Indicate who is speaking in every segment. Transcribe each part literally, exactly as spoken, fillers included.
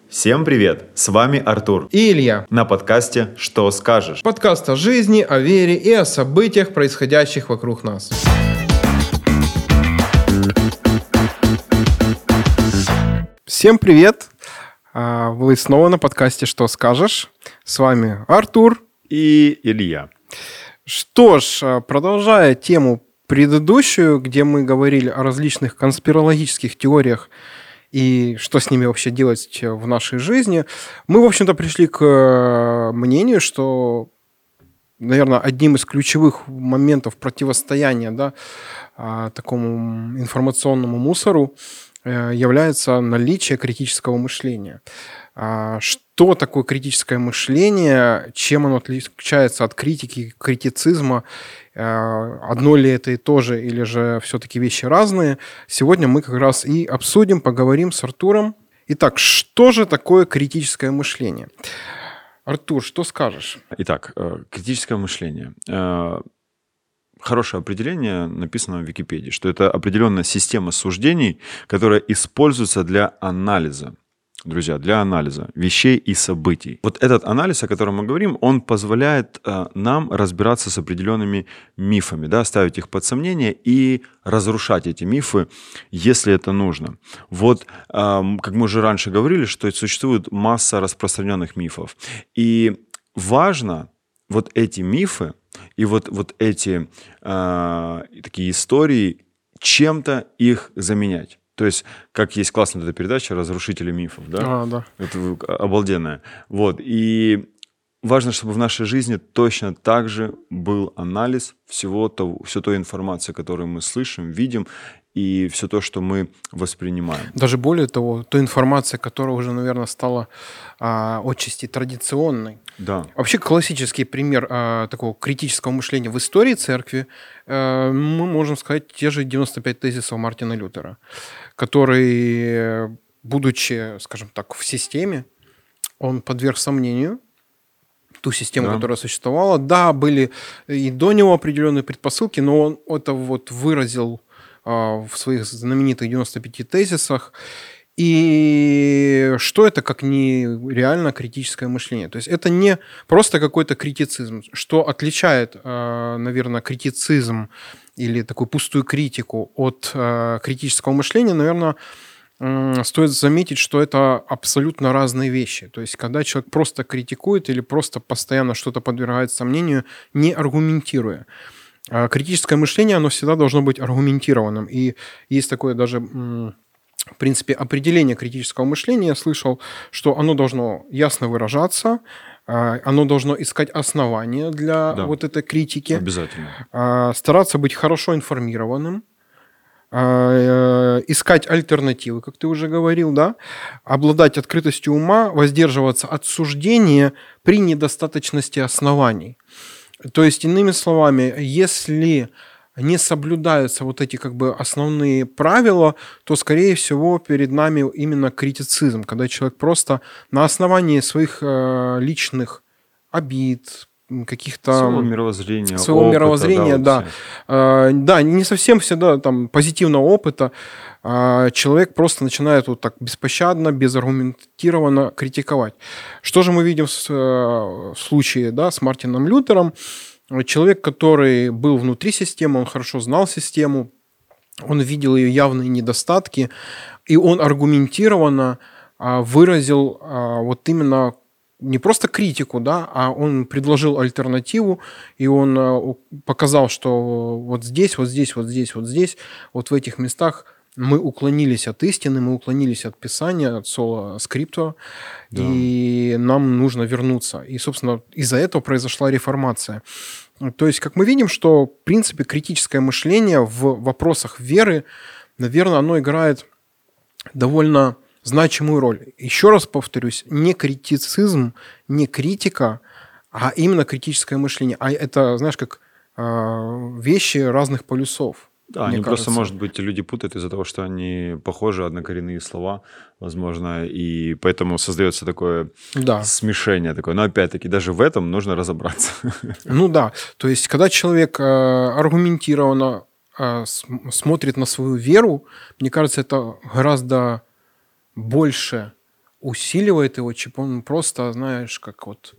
Speaker 1: Всем привет! С вами Артур
Speaker 2: и Илья
Speaker 1: на подкасте «Что скажешь?».
Speaker 2: Подкаст о жизни, о вере и о событиях, происходящих вокруг нас. Всем привет! Вы снова на подкасте «Что скажешь?». С вами Артур
Speaker 1: и Илья.
Speaker 2: Что ж, продолжая тему предыдущую, где мы говорили о различных конспирологических теориях и что с ними вообще делать в нашей жизни, мы, в общем-то, пришли к мнению, что, наверное, одним из ключевых моментов противостояния, да, такому информационному мусору является наличие критического мышления. Что такое критическое мышление, чем оно отличается от критики, критицизма, одно ли это и то же, или же все-таки вещи разные, сегодня мы как раз и обсудим, поговорим с Артуром. Итак, что же такое критическое мышление? Артур, что скажешь?
Speaker 1: Итак, критическое мышление. Хорошее определение написано в Википедии, что это определенная система суждений, которая используется для анализа. Друзья, для анализа вещей и событий. Вот этот анализ, о котором мы говорим, он позволяет э, нам разбираться с определенными мифами, да, ставить их под сомнение и разрушать эти мифы, если это нужно. Вот, э, как мы уже раньше говорили, что существует масса распространенных мифов. И важно вот эти мифы и вот, вот эти э, такие истории чем-то их заменять. То есть, как есть классная эта передача «Разрушители мифов», да?
Speaker 2: А, да.
Speaker 1: Это обалденная. Вот. И важно, чтобы в нашей жизни точно так же был анализ всего того, всей той информации, которую мы слышим, видим, и все то, что мы воспринимаем.
Speaker 2: Даже более того, той информация, которая уже, наверное, стала а, отчасти традиционной.
Speaker 1: Да.
Speaker 2: Вообще классический пример а, такого критического мышления в истории церкви, а, мы можем сказать те же девяносто пять тезисов Мартина Лютера, который, будучи, скажем так, в системе, он подверг сомнению ту систему, да, которая существовала. Да, были и до него определенные предпосылки, но он это вот выразил в своих знаменитых девяноста пяти тезисах. И что это, как не реально критическое мышление? То есть это не просто какой-то критицизм. Что отличает, наверное, критицизм или такую пустую критику от критического мышления, наверное, стоит заметить, что это абсолютно разные вещи. То есть когда человек просто критикует или просто постоянно что-то подвергает сомнению, не аргументируя. Критическое мышление, оно всегда должно быть аргументированным. И есть такое даже, в принципе, определение критического мышления. Я слышал, что оно должно ясно выражаться, оно должно искать основания для, да, вот этой критики.
Speaker 1: Обязательно.
Speaker 2: Стараться быть хорошо информированным, искать альтернативы, как ты уже говорил, да, обладать открытостью ума, воздерживаться от суждения при недостаточности оснований. То есть, иными словами, если не соблюдаются вот эти как бы основные правила, то, скорее всего, перед нами именно критицизм, когда человек просто на основании своих э, личных обид, каких-то...
Speaker 1: Своего мировоззрения,
Speaker 2: своего
Speaker 1: опыта,
Speaker 2: мировоззрения,
Speaker 1: да.
Speaker 2: Да, э, да, не совсем всегда там позитивного опыта, э, человек просто начинает вот так беспощадно, безаргументированно критиковать. Что же мы видим в, э, в случае, да, с Мартином Лютером? Человек, который был внутри системы, он хорошо знал систему, он видел ее явные недостатки, и он аргументированно э, выразил э, вот именно не просто критику, да, а он предложил альтернативу, и он показал, что вот здесь, вот здесь, вот здесь, вот здесь, вот в этих местах мы уклонились от истины, мы уклонились от Писания, от соло скрипто, да, и нам нужно вернуться. И, собственно, из-за этого произошла реформация. То есть, как мы видим, что, в принципе, критическое мышление в вопросах веры, наверное, оно играет довольно значимую роль. Еще раз повторюсь, не критицизм, не критика, а именно критическое мышление. А это, знаешь, как э, вещи разных полюсов.
Speaker 1: Да, они кажется. Просто, может быть, люди путают из-за того, что они похожи, однокоренные слова, возможно, и поэтому создается такое, да, смешение такое. Но опять-таки даже в этом нужно разобраться.
Speaker 2: Ну да, то есть когда человек э, аргументированно э, смотрит на свою веру, мне кажется, это гораздо больше усиливает его, чем он просто, знаешь, как вот,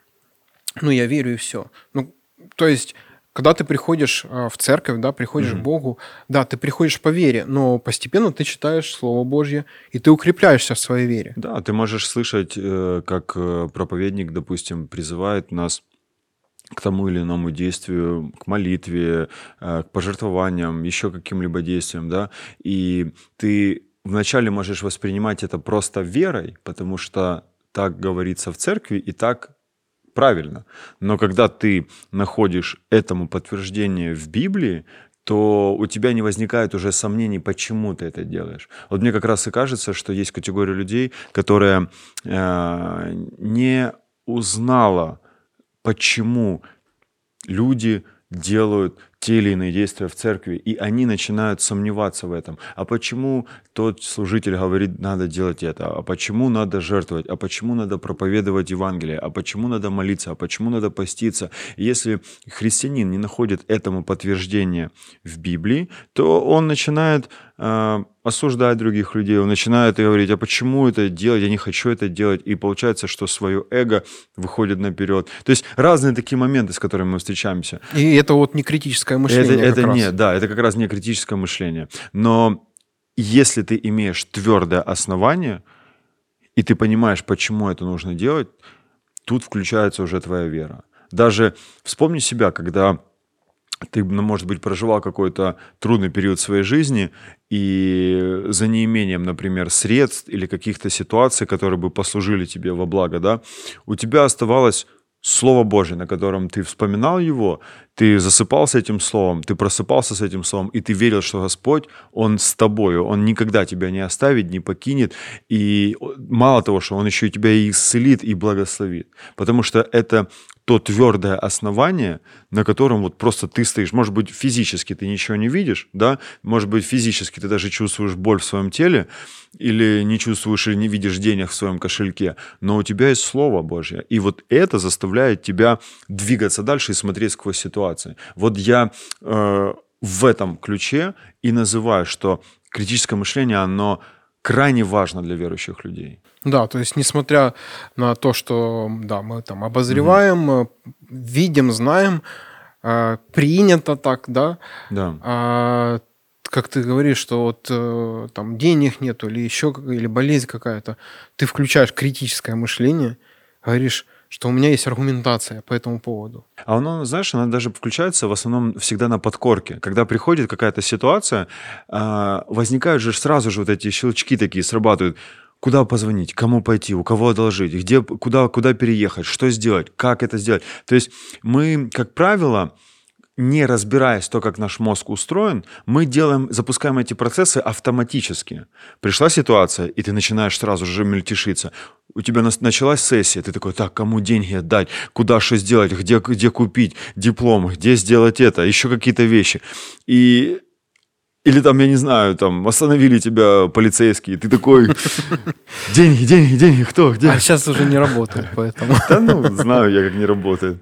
Speaker 2: ну, я верю и все. Ну, то есть, когда ты приходишь э, в церковь, да, приходишь
Speaker 1: Мгм.
Speaker 2: к Богу, да, ты приходишь по вере, но постепенно ты читаешь Слово Божье, и ты укрепляешься в своей вере.
Speaker 1: Да, ты можешь слышать, э, как э, проповедник, допустим, призывает нас к тому или иному действию, к молитве, э, к пожертвованиям, еще каким-либо действиям, да, и ты вначале можешь воспринимать это просто верой, потому что так говорится в церкви и так правильно. Но когда ты находишь этому подтверждение в Библии, то у тебя не возникает уже сомнений, почему ты это делаешь. Вот мне как раз и кажется, что есть категория людей, которая э, не узнала, почему люди делают те или иные действия в церкви, и они начинают сомневаться в этом. А почему тот служитель говорит, надо делать это? А почему надо жертвовать? А почему надо проповедовать Евангелие? А почему надо молиться? А почему надо поститься? И если христианин не находит этому подтверждения в Библии, то он начинает э, осуждать других людей, он начинает говорить, а почему это делать? Я не хочу это делать. И получается, что свое эго выходит наперед. То есть разные такие моменты, с которыми мы встречаемся.
Speaker 2: И это вот не критическое мышление
Speaker 1: Это,
Speaker 2: как
Speaker 1: это
Speaker 2: раз.
Speaker 1: не, да, это как раз не критическое мышление. Но если ты имеешь твердое основание, и ты понимаешь, почему это нужно делать, тут включается уже твоя вера. Даже вспомни себя, когда ты, ну, может быть, проживал какой-то трудный период своей жизни, и за неимением, например, средств или каких-то ситуаций, которые бы послужили тебе во благо, да, у тебя оставалось Слово Божье, на котором ты вспоминал его, ты засыпал с этим словом, ты просыпался с этим словом, и ты верил, что Господь, Он с тобою, Он никогда тебя не оставит, не покинет, и мало того, что Он еще и тебя и исцелит, и благословит, потому что это то твердое основание, на котором вот просто ты стоишь. Может быть, физически ты ничего не видишь, да? Может быть, физически ты даже чувствуешь боль в своем теле, или не чувствуешь или не видишь денег в своем кошельке, но у тебя есть Слово Божье, и вот это заставляет тебя двигаться дальше и смотреть сквозь ситуации. Вот я э, в этом ключе и называю, что критическое мышление, оно крайне важно для верующих людей.
Speaker 2: Да, то есть несмотря на то, что да, мы там обозреваем, угу. видим, знаем, э, принято так, да,
Speaker 1: Да.
Speaker 2: А, как ты говоришь, что вот э, там денег нету или еще или болезнь какая-то, ты включаешь критическое мышление, говоришь, что у меня есть аргументация по этому поводу.
Speaker 1: А оно, знаешь, оно даже включается в основном всегда на подкорке. Когда приходит какая-то ситуация, возникают же сразу же вот эти щелчки такие, срабатывают. Куда позвонить, кому пойти, у кого одолжить, где, куда, куда переехать, что сделать, как это сделать. То есть мы, как правило, не разбираясь то, как наш мозг устроен, мы делаем, запускаем эти процессы автоматически. Пришла ситуация, и ты начинаешь сразу же мельтешиться. У тебя началась сессия, ты такой, так, кому деньги отдать, куда что сделать, где, где купить диплом, где сделать это, еще какие-то вещи. И... Или там, я не знаю, там остановили тебя полицейские, ты такой, деньги, деньги, деньги, кто, где?
Speaker 2: А сейчас уже не работает, поэтому.
Speaker 1: Да ну, знаю я, как не работает.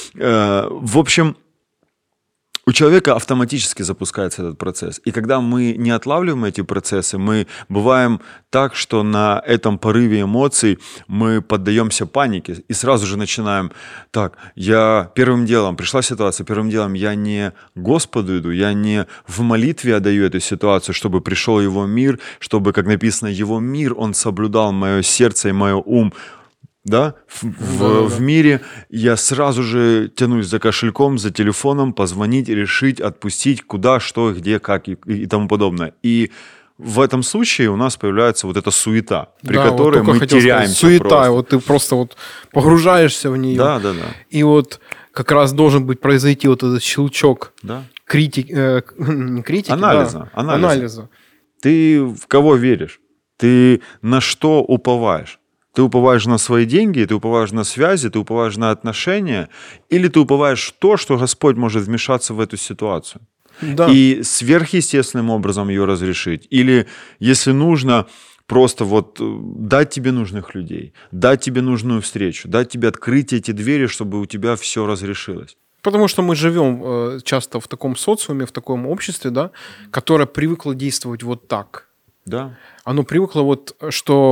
Speaker 1: В общем, у человека автоматически запускается этот процесс. И когда мы не отлавливаем эти процессы, мы бываем так, что на этом порыве эмоций мы поддаемся панике и сразу же начинаем, так, я первым делом, пришла ситуация, первым делом я не Господу иду, я не в молитве отдаю эту ситуацию, чтобы пришел Его мир, чтобы, как написано, Его мир, Он соблюдал мое сердце и мое ум. Да? В, в, в мире я сразу же тянусь за кошельком, за телефоном, позвонить, решить, отпустить, куда, что, где, как и, и тому подобное. И в этом случае у нас появляется вот эта суета, при
Speaker 2: да,
Speaker 1: которой
Speaker 2: вот
Speaker 1: мы теряемся.
Speaker 2: Сказать, суета,
Speaker 1: просто.
Speaker 2: Вот ты просто вот погружаешься в нее.
Speaker 1: Да, да, да.
Speaker 2: И вот как раз должен быть произойти вот этот щелчок
Speaker 1: да.
Speaker 2: критик, э, не критики,
Speaker 1: анализа,
Speaker 2: да,
Speaker 1: анализа.
Speaker 2: анализа.
Speaker 1: Ты в кого веришь? Ты на что уповаешь? Ты уповаешь на свои деньги, ты уповаешь на связи, ты уповаешь на отношения, или ты уповаешь в то, что Господь может вмешаться в эту ситуацию
Speaker 2: да.
Speaker 1: и сверхъестественным образом ее разрешить. Или, если нужно, просто вот дать тебе нужных людей, дать тебе нужную встречу, дать тебе открыть эти двери, чтобы у тебя все разрешилось.
Speaker 2: Потому что мы живем э, часто в таком социуме, в таком обществе, да, которое привыкло действовать вот так.
Speaker 1: Да.
Speaker 2: Оно привыкло вот, что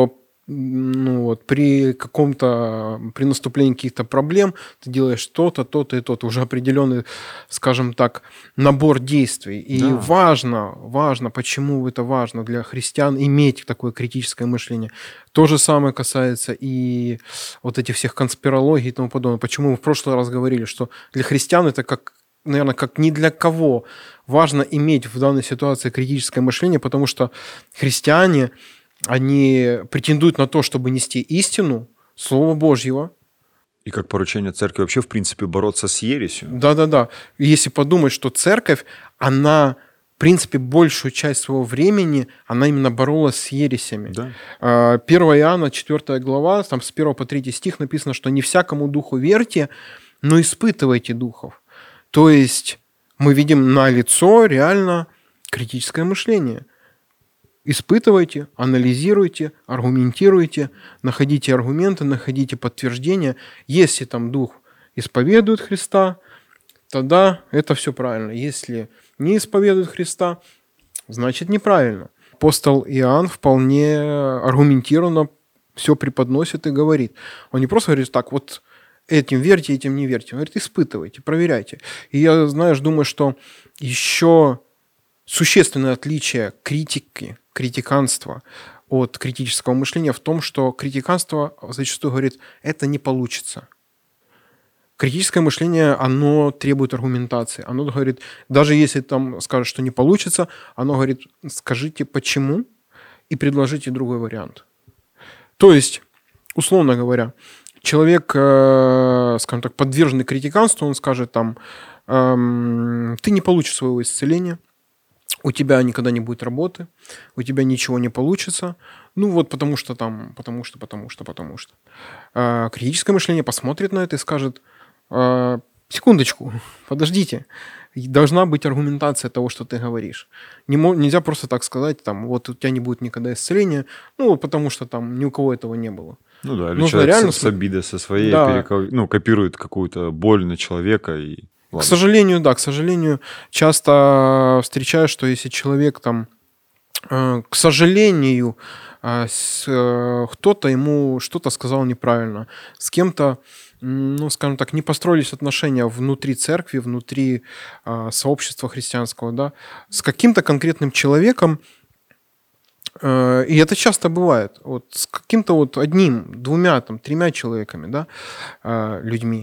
Speaker 2: ну, вот, при каком-то, при наступлении каких-то проблем ты делаешь то-то, то-то и то-то. Уже определенный, скажем так, набор действий. И
Speaker 1: Да.
Speaker 2: важно, важно, почему это важно для христиан иметь такое критическое мышление. То же самое касается и вот этих всех конспирологий и тому подобное. Почему мы в прошлый раз говорили, что для христиан это как, наверное, как ни для кого важно иметь в данной ситуации критическое мышление, потому что христиане, они претендуют на то, чтобы нести истину, Слово Божьего.
Speaker 1: И как поручение церкви вообще, в принципе, бороться с ересью.
Speaker 2: Да-да-да. Если подумать, что церковь, она, в принципе, большую часть своего времени, она именно боролась с ересями.
Speaker 1: Да.
Speaker 2: первое Иоанна, четвёртая глава, там с первого по третий стих написано, что «не всякому духу верьте, но испытывайте духов». То есть мы видим налицо реально критическое мышление. Испытывайте, анализируйте, аргументируйте, находите аргументы, находите подтверждения. Если там дух исповедует Христа, тогда это все правильно. Если не исповедует Христа, значит неправильно. Апостол Иоанн вполне аргументированно все преподносит и говорит. Он не просто говорит так, вот этим верьте, этим не верьте. Он говорит, испытывайте, проверяйте. И я, знаешь, думаю, что еще существенное отличие критики, критиканства от критического мышления в том, что критиканство зачастую говорит, это не получится. Критическое мышление, оно требует аргументации. Оно говорит, даже если там скажут, что не получится, оно говорит, скажите почему и предложите другой вариант. То есть, условно говоря, человек, скажем так, подверженный критиканству, он скажет там, ты не получишь своего исцеления, у тебя никогда не будет работы, у тебя ничего не получится, ну вот потому что там, потому что, потому что, потому что. А критическое мышление посмотрит на это и скажет, а, секундочку, подождите, должна быть аргументация того, что ты говоришь. Не, нельзя просто так сказать, там, вот у тебя не будет никогда исцеления, ну потому что там ни у кого этого не было.
Speaker 1: Ну да, или
Speaker 2: Нужно
Speaker 1: человек
Speaker 2: реально...
Speaker 1: с, с обидой, со своей,
Speaker 2: да.
Speaker 1: переков... ну, копирует какую-то боль на человека и...
Speaker 2: Ладно. К сожалению, да, к сожалению, часто встречаю, что если человек там, э, к сожалению, э, с, э, кто-то ему что-то сказал неправильно, с кем-то, ну, скажем так, не построились отношения внутри церкви, внутри э, сообщества христианского, да, с каким-то конкретным человеком, э, и это часто бывает, вот с каким-то вот одним, двумя, там, тремя человеками, да, э, людьми.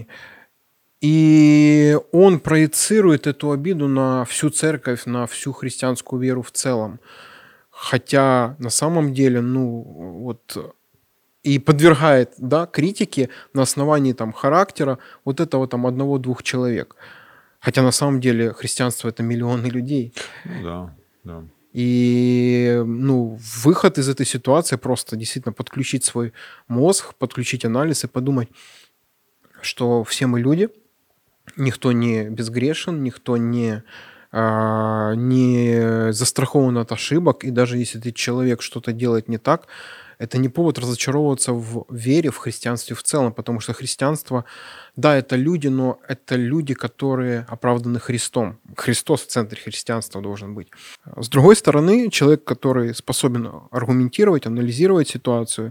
Speaker 2: И он проецирует эту обиду на всю церковь, на всю христианскую веру в целом. Хотя на самом деле, ну, вот, и подвергает, да, критике на основании там характера вот этого там одного-двух человек. Хотя на самом деле христианство — это миллионы людей.
Speaker 1: Ну да, да.
Speaker 2: И, ну, выход из этой ситуации просто действительно подключить свой мозг, подключить анализ и подумать, что все мы люди, никто не безгрешен, никто не, а, не застрахован от ошибок. И даже если этот человек что-то делает не так, это не повод разочаровываться в вере, в христианстве в целом. Потому что христианство, да, это люди, но это люди, которые оправданы Христом. Христос в центре христианства должен быть. С другой стороны, человек, который способен аргументировать, анализировать ситуацию,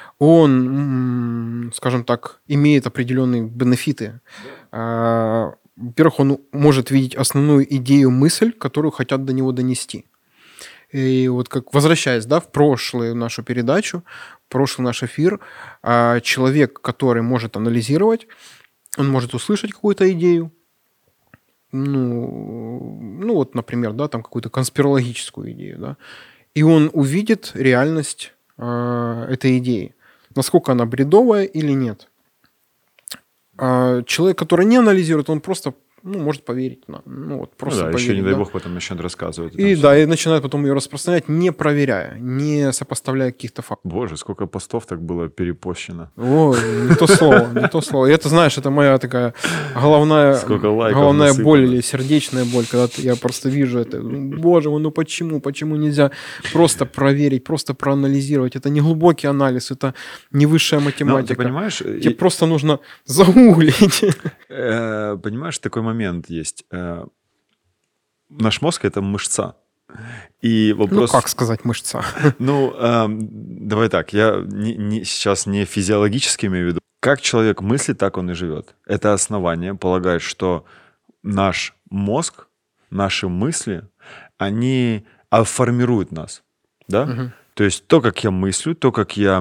Speaker 2: он, скажем так, имеет определенные бенефиты. Во-первых, он может видеть основную идею, мысль, которую хотят до него донести. И вот как возвращаясь, да, в прошлую нашу передачу, в прошлый наш эфир, человек, который может анализировать, он может услышать какую-то идею, ну, ну вот, например, да, там какую-то конспирологическую идею, да, и он увидит реальность этой идеи. Насколько она бредовая или нет. А человек, который не анализирует, он просто, ну, может поверить. На, ну, вот, просто
Speaker 1: ну да,
Speaker 2: поверить,
Speaker 1: еще, не дай
Speaker 2: да.
Speaker 1: бог, потом начнет рассказывать.
Speaker 2: И, да, и начинает потом ее распространять, не проверяя, не сопоставляя каких-то фактов.
Speaker 1: Боже, сколько постов так было перепощено.
Speaker 2: О, не то слово, не то слово. И это, знаешь, это моя такая головная, головная боль или сердечная боль, когда я просто вижу это. Боже мой, ну почему, почему нельзя просто проверить, просто проанализировать? Это не глубокий анализ, это не высшая математика.
Speaker 1: Но, ты понимаешь?
Speaker 2: Тебе и... просто нужно загуглить.
Speaker 1: Понимаешь, такой момент есть. Наш мозг — это мышца. И
Speaker 2: Ну,
Speaker 1: вопрос...
Speaker 2: как сказать мышца?
Speaker 1: Ну, эм, давай так, я не- не- сейчас не физиологически имею в виду. Как человек мыслит, так он и живет. Это основание полагает, что наш мозг, наши мысли, они а, формируют нас, да?
Speaker 2: Мгм.
Speaker 1: То есть то, как я мыслю, то, как я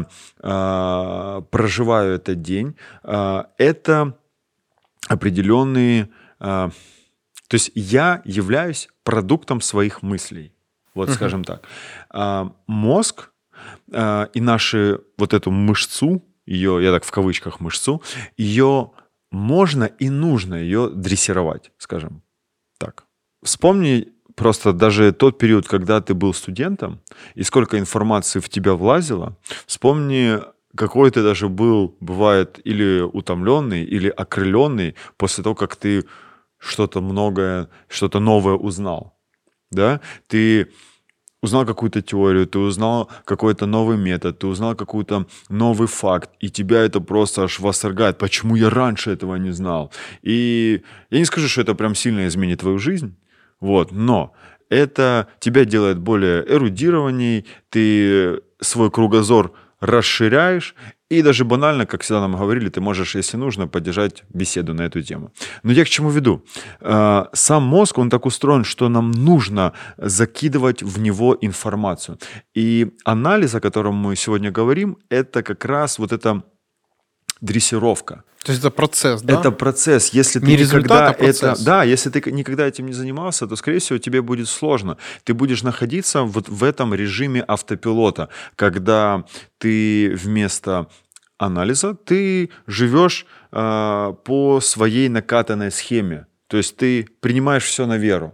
Speaker 1: а, проживаю этот день, а, это определенные... а, то есть я являюсь продуктом своих мыслей. Вот
Speaker 2: Мгм.
Speaker 1: скажем так. А, Мозг а, и наши вот эту мышцу, ее, я так в кавычках мышцу, ее можно и нужно ее дрессировать, скажем так. Вспомни просто даже тот период, когда ты был студентом, и сколько информации в тебя влазило. Вспомни, какой ты даже был, бывает, или утомленный, или окрыленный после того, как ты что-то многое, что-то новое узнал. Да? Ты узнал какую-то теорию, ты узнал какой-то новый метод, ты узнал какой-то новый факт, и тебя это просто аж восторгает. Почему я раньше этого не знал? И я не скажу, что это прям сильно изменит твою жизнь, вот, но это тебя делает более эрудированней, ты свой кругозор расширяешь, и даже банально, как всегда нам говорили, ты можешь, если нужно, поддержать беседу на эту тему. Но я к чему веду? Э, Сам мозг, он так устроен, что нам нужно закидывать в него информацию. И анализ, о котором мы сегодня говорим, это как раз вот эта дрессировка.
Speaker 2: То есть это процесс, да?
Speaker 1: Это процесс. Если ты
Speaker 2: Не результат,
Speaker 1: никогда
Speaker 2: а процесс.
Speaker 1: это, да, если ты никогда этим не занимался, то, скорее всего, тебе будет сложно. Ты будешь находиться вот в этом режиме автопилота, когда ты вместо анализа ты живешь э, по своей накатанной схеме. То есть ты принимаешь все на веру.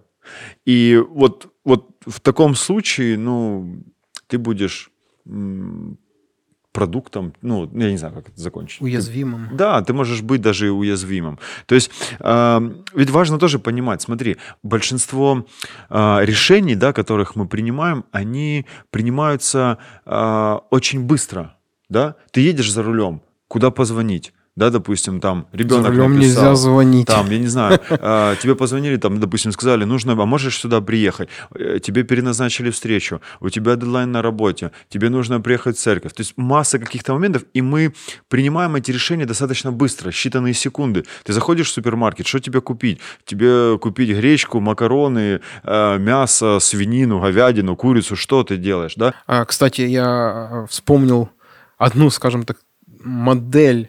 Speaker 1: И вот, вот в таком случае, ну, ты будешь м, продуктом, ну, я не знаю, как это закончить. Ты-
Speaker 2: Уязвимым.
Speaker 1: да, ты можешь быть даже и уязвимым. То есть, э, ведь важно тоже понимать, смотри, большинство э, решений, да, которых мы принимаем, они принимаются э, очень быстро, да. Ты едешь за рулем, куда позвонить? Да, допустим, там
Speaker 2: За
Speaker 1: ребенок
Speaker 2: рулем нельзя
Speaker 1: написал,
Speaker 2: звонить.
Speaker 1: там, я не знаю, э, тебе позвонили, там, допустим, сказали, нужно, а можешь сюда приехать? Э, Тебе переназначили встречу, у тебя дедлайн на работе, тебе нужно приехать в церковь. То есть масса каких-то моментов, и мы принимаем эти решения достаточно быстро, считанные секунды. Ты заходишь в супермаркет, что тебе купить? Тебе купить гречку, макароны, э, мясо, свинину, говядину, курицу, что ты делаешь, да?
Speaker 2: А, Кстати, я э, вспомнил одну, скажем так, модель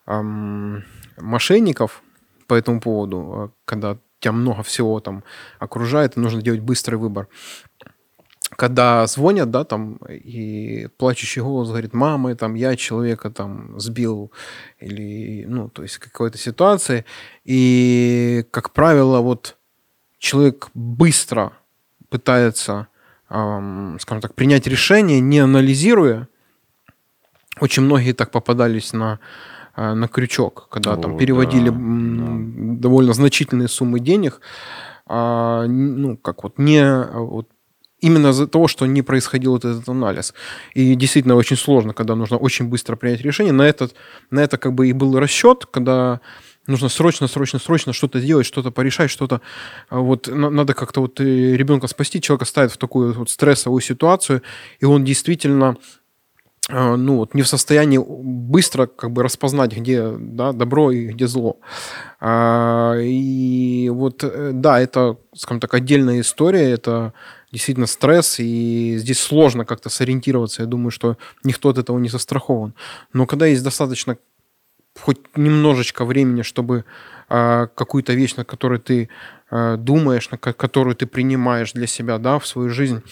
Speaker 2: ам, мошенников по этому поводу, э, когда тебя много всего там окружает, и нужно делать быстрый выбор. Когда звонят, да, там, и плачущий голос говорит: мама, там, я человека там сбил, или, ну, то есть какой-то ситуации, и, как правило, вот человек быстро пытается, ам, скажем так, принять решение, не анализируя. Очень многие так попадались на, а, на крючок, когда там
Speaker 1: О,
Speaker 2: переводили
Speaker 1: да,
Speaker 2: м, довольно значительные суммы денег, а, н- ну, как вот не а, вот именно из-за того, что не происходил вот этот анализ. И действительно очень сложно, когда нужно очень быстро принять решение. На, этот, на это как бы и был расчет, когда нужно срочно, срочно, срочно что-то сделать, что-то порешать, что-то... а, Вот на- надо как-то вот э, ребенка спасти. Человека ставят в такую вот стрессовую ситуацию, и он действительно а, ну, вот не в состоянии быстро как бы распознать, где, да, добро и где зло. А, И вот, э, да, это, скажем так, отдельная история, это действительно стресс, и здесь сложно как-то сориентироваться. Я думаю, что никто от этого не застрахован. Но когда есть достаточно хоть немножечко времени, чтобы а, какую-то вещь, над которой ты а, думаешь, на ко- которую ты принимаешь для себя, да, в свою жизнь,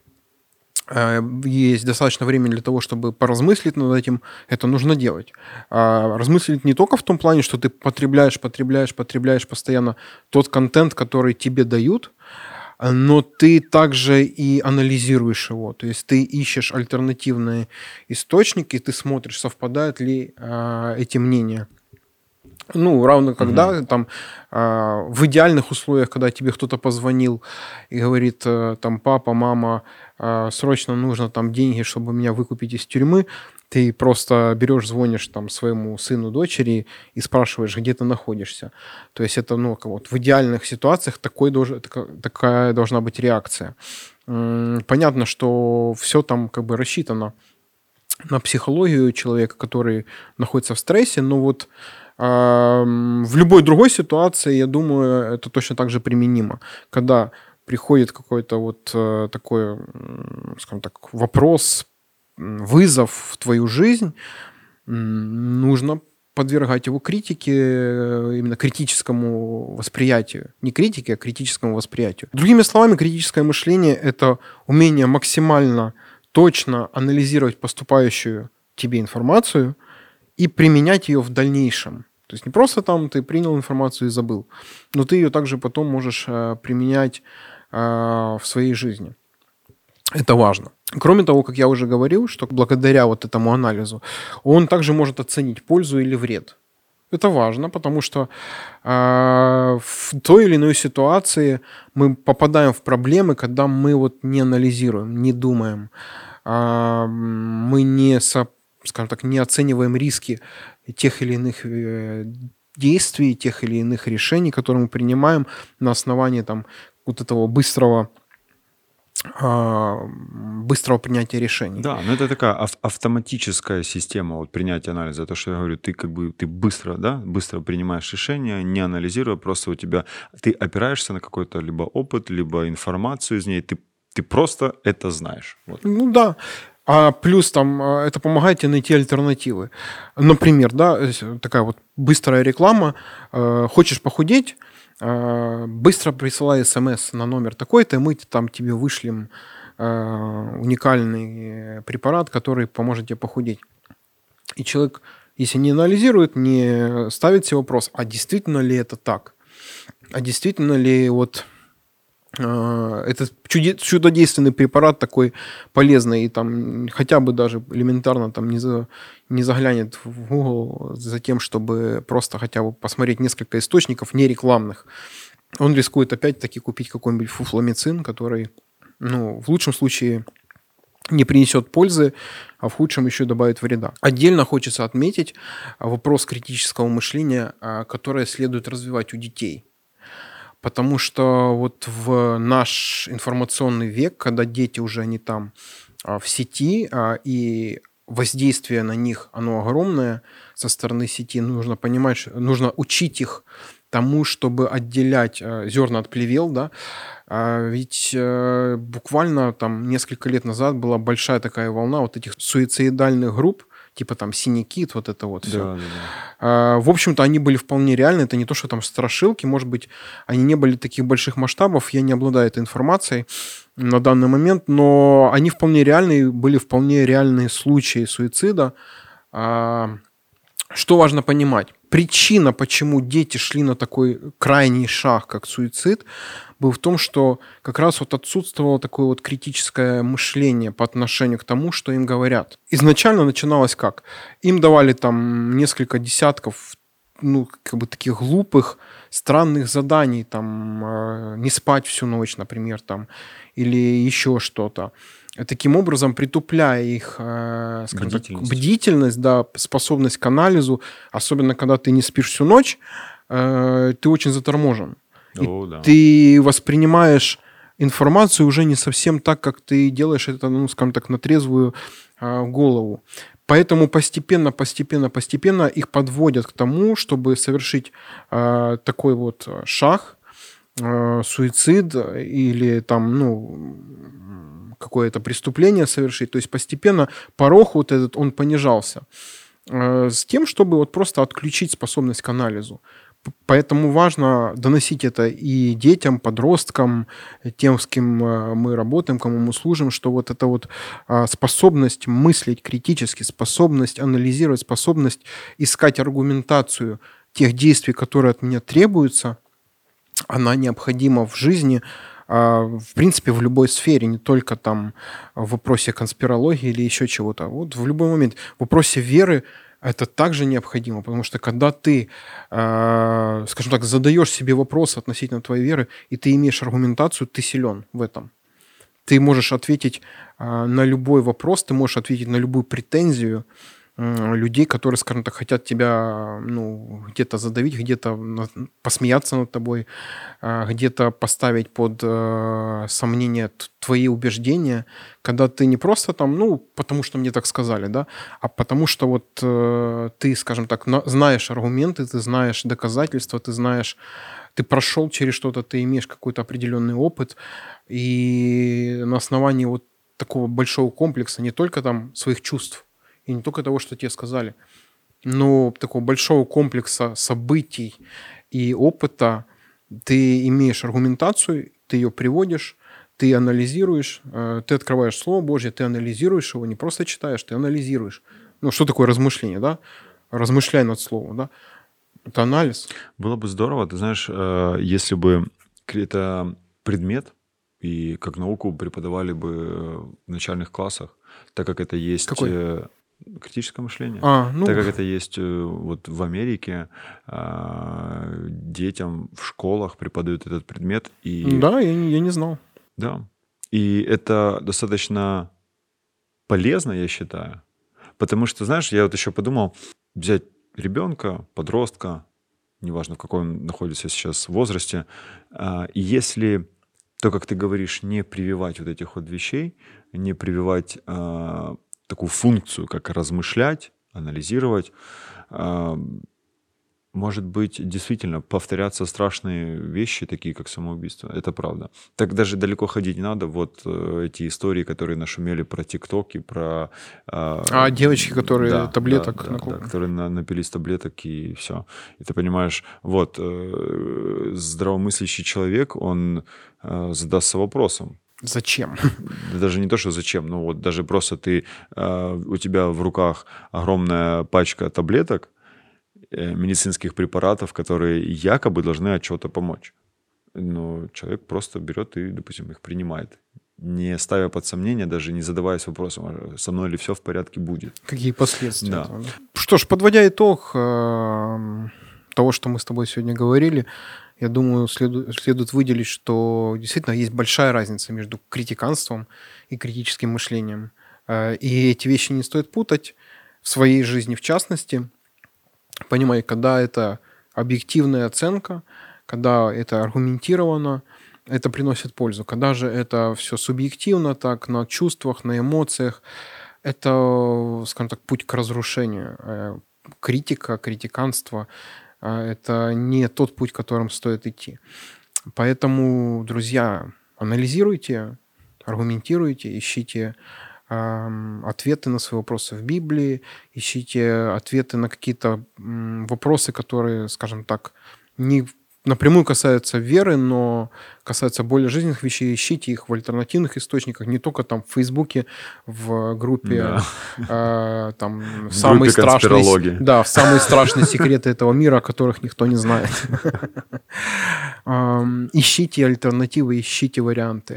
Speaker 2: э, есть достаточно времени для того, чтобы поразмыслить над этим, это нужно делать. А размыслить не только в том плане, что ты потребляешь, потребляешь, потребляешь постоянно тот контент, который тебе дают, а, но ты также и анализируешь его. То есть ты ищешь альтернативные источники, ты смотришь, совпадают ли а, эти мнения. Ну, равно когда там а, в идеальных условиях, когда тебе кто-то позвонил и говорит, э, там, папа, мама, а, срочно нужно там деньги, чтобы меня выкупить из тюрьмы, ты просто берешь, звонишь там своему сыну, дочери и спрашиваешь, где ты находишься. То есть это, ну, как вот в идеальных ситуациях такой, долж- така- такая должна быть реакция. Понятно, что все там как бы рассчитано на психологию человека, который находится в стрессе, но вот в любой другой ситуации, я думаю, это точно так же применимо. Когда приходит какой-то вот такой, скажем так, вопрос, вызов в твою жизнь, нужно подвергать его критике, именно критическому восприятию. Не критике, а критическому восприятию. Другими словами, критическое мышление – это умение максимально точно анализировать поступающую тебе информацию и применять ее в дальнейшем. То есть не просто там ты принял информацию и забыл, но ты ее также потом можешь применять в своей жизни. Это важно. Кроме того, как я уже говорил, что благодаря вот этому анализу он также может оценить пользу или вред. Это важно, потому что э, в той или иной ситуации мы попадаем в проблемы, когда мы вот не анализируем, не думаем, э, мы не, со, скажем так, не оцениваем риски тех или иных э, действий, тех или иных решений, которые мы принимаем на основании там, вот этого быстрого быстрого принятия решений.
Speaker 1: Да, но это такая ав- автоматическая система вот, принятия анализа. То, что я говорю, ты как бы ты быстро, да, быстро принимаешь решения, не анализируя, просто у тебя ты опираешься на какой-то либо опыт, либо информацию из ней, ты, ты просто это знаешь. Вот.
Speaker 2: Ну да. А плюс там это помогает тебе найти альтернативы. Например, да, такая вот быстрая реклама. Хочешь похудеть? Быстро присылай смс на номер такой-то, и мы там тебе вышлем уникальный препарат, который поможет тебе похудеть. И человек, если не анализирует, не ставит себе вопрос, а действительно ли это так? А действительно ли вот этот чудодейственный препарат такой полезный, и там хотя бы даже элементарно там не, за, не заглянет в Google за тем, чтобы просто хотя бы посмотреть несколько источников не рекламных, он рискует опять-таки купить какой-нибудь фуфломицин, который, ну, в лучшем случае не принесет пользы, а в худшем еще добавит вреда. Отдельно хочется отметить вопрос критического мышления, которое следует развивать у детей. Потому что вот в наш информационный век, когда дети уже не там а, в сети, а, и воздействие на них, оно огромное со стороны сети, нужно понимать, что нужно учить их тому, чтобы отделять а, зерна от плевел, да. А ведь а, буквально там несколько лет назад была большая такая волна вот этих суицидальных групп, типа там «Синий кит», вот это вот все. Да, да, да. В общем-то, они были вполне реальны. Это не то, что там страшилки. Может быть, они не были таких больших масштабов. Я не обладаю этой информацией на данный момент, но они вполне реальные, были вполне реальные случаи суицида. Что важно понимать? Причина, почему дети шли на такой крайний шаг, как суицид, был в том, что как раз вот отсутствовало такое вот критическое мышление по отношению к тому, что им говорят. Изначально начиналось как? Им давали там несколько десятков, ну, как бы таких глупых, странных заданий, там, э, не спать всю ночь, например, там, или еще что-то. Таким образом, притупляя их э, скажем бдительность. Так, бдительность, да, способность к анализу, особенно когда ты не спишь всю ночь, э, ты очень заторможен. О, да. Ты воспринимаешь информацию уже не совсем так, как ты делаешь это, ну, скажем так, на трезвую э, голову. Поэтому постепенно, постепенно, постепенно их подводят к тому, чтобы совершить э, такой вот шаг, э, суицид или там, ну, какое-то преступление совершить. То есть постепенно порог вот этот, он понижался. Э, с тем, чтобы вот просто отключить способность к анализу. Поэтому важно доносить это и детям, подросткам, тем, с кем мы работаем, кому мы служим, что вот эта вот способность мыслить критически, способность анализировать, способность искать аргументацию тех действий, которые от меня требуются, она необходима в жизни, в принципе, в любой сфере, не только там в вопросе конспирологии или еще чего-то. Вот в любой момент. В вопросе веры это также необходимо, потому что когда ты, э, скажем так, задаешь себе вопрос относительно твоей веры, и ты имеешь аргументацию, ты силен в этом. Ты можешь ответить э, на любой вопрос, ты можешь ответить на любую претензию, людей, которые, скажем так, хотят тебя, ну, где-то задавить, где-то посмеяться над тобой, где-то поставить под э, сомнение твои убеждения, когда ты не просто там, ну, потому что мне так сказали, да, а потому что вот э, ты, скажем так, на, знаешь аргументы, ты знаешь доказательства, ты знаешь, ты прошел через что-то, ты имеешь какой-то определенный опыт, и на основании вот такого большого комплекса не только там своих чувств, и не только того, что тебе сказали, но такого большого комплекса событий и опыта, ты имеешь аргументацию, ты ее приводишь, ты анализируешь, ты открываешь Слово Божье, ты анализируешь его, не просто читаешь, ты анализируешь. Ну, что такое размышление, да? Размышляй над Словом, да? Это анализ.
Speaker 1: Было бы здорово, ты знаешь, если бы это предмет и как науку преподавали бы в начальных классах, так как это есть...
Speaker 2: Какой?
Speaker 1: Критическое мышление.
Speaker 2: А, ну...
Speaker 1: Так как это есть вот в Америке, детям в школах преподают этот предмет. И...
Speaker 2: Да, я, я не знал.
Speaker 1: Да. И это достаточно полезно, я считаю. Потому что, знаешь, я вот еще подумал, взять ребенка, подростка, неважно, в каком он находится сейчас возрасте, и если, то, как ты говоришь, не прививать вот этих вот вещей, не прививать такую функцию, как размышлять, анализировать, может быть, действительно повторятся страшные вещи, такие как самоубийство. Это правда. Так даже далеко ходить не надо. Вот эти истории, которые нашумели про ТикТок и про...
Speaker 2: А девочки, которые
Speaker 1: да,
Speaker 2: таблеток...
Speaker 1: Да, да, да, которые напились таблеток и все. И ты понимаешь, вот, здравомыслящий человек, он задастся вопросом.
Speaker 2: Зачем?
Speaker 1: Даже не то, что зачем, но вот даже просто ты, у тебя в руках огромная пачка таблеток, медицинских препаратов, которые якобы должны от чего-то помочь. Но человек просто берет и, допустим, их принимает, не ставя под сомнение, даже не задаваясь вопросом, со мной ли все в порядке будет.
Speaker 2: Какие последствия.
Speaker 1: Да.
Speaker 2: Этого, да? Что ж, подводя итог э, того, что мы с тобой сегодня говорили, я думаю, следует, следует выделить, что действительно есть большая разница между критиканством и критическим мышлением. Э, и эти вещи не стоит путать в своей жизни в частности. Понимай, когда это объективная оценка, когда это аргументировано, это приносит пользу. Когда же это все субъективно, так, на чувствах, на эмоциях, это, скажем так, путь к разрушению. Критика, критиканство – это не тот путь, которым стоит идти. Поэтому, друзья, анализируйте, аргументируйте, ищите ответы на свои вопросы в Библии, ищите ответы на какие-то вопросы, которые, скажем так, не напрямую касаются веры, но касаются более жизненных вещей. Ищите их в альтернативных источниках, не только там в Фейсбуке, в группе, да. э, там в самые страшные, да, в самые страшные секреты этого мира, о которых никто не знает. Ищите альтернативы, ищите варианты.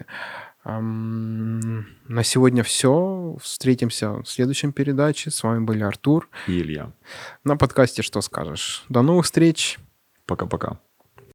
Speaker 2: На сегодня все. Встретимся в следующем передаче. С вами были Артур
Speaker 1: и Илья.
Speaker 2: На подкасте «Что скажешь?». До новых встреч.
Speaker 1: Пока-пока.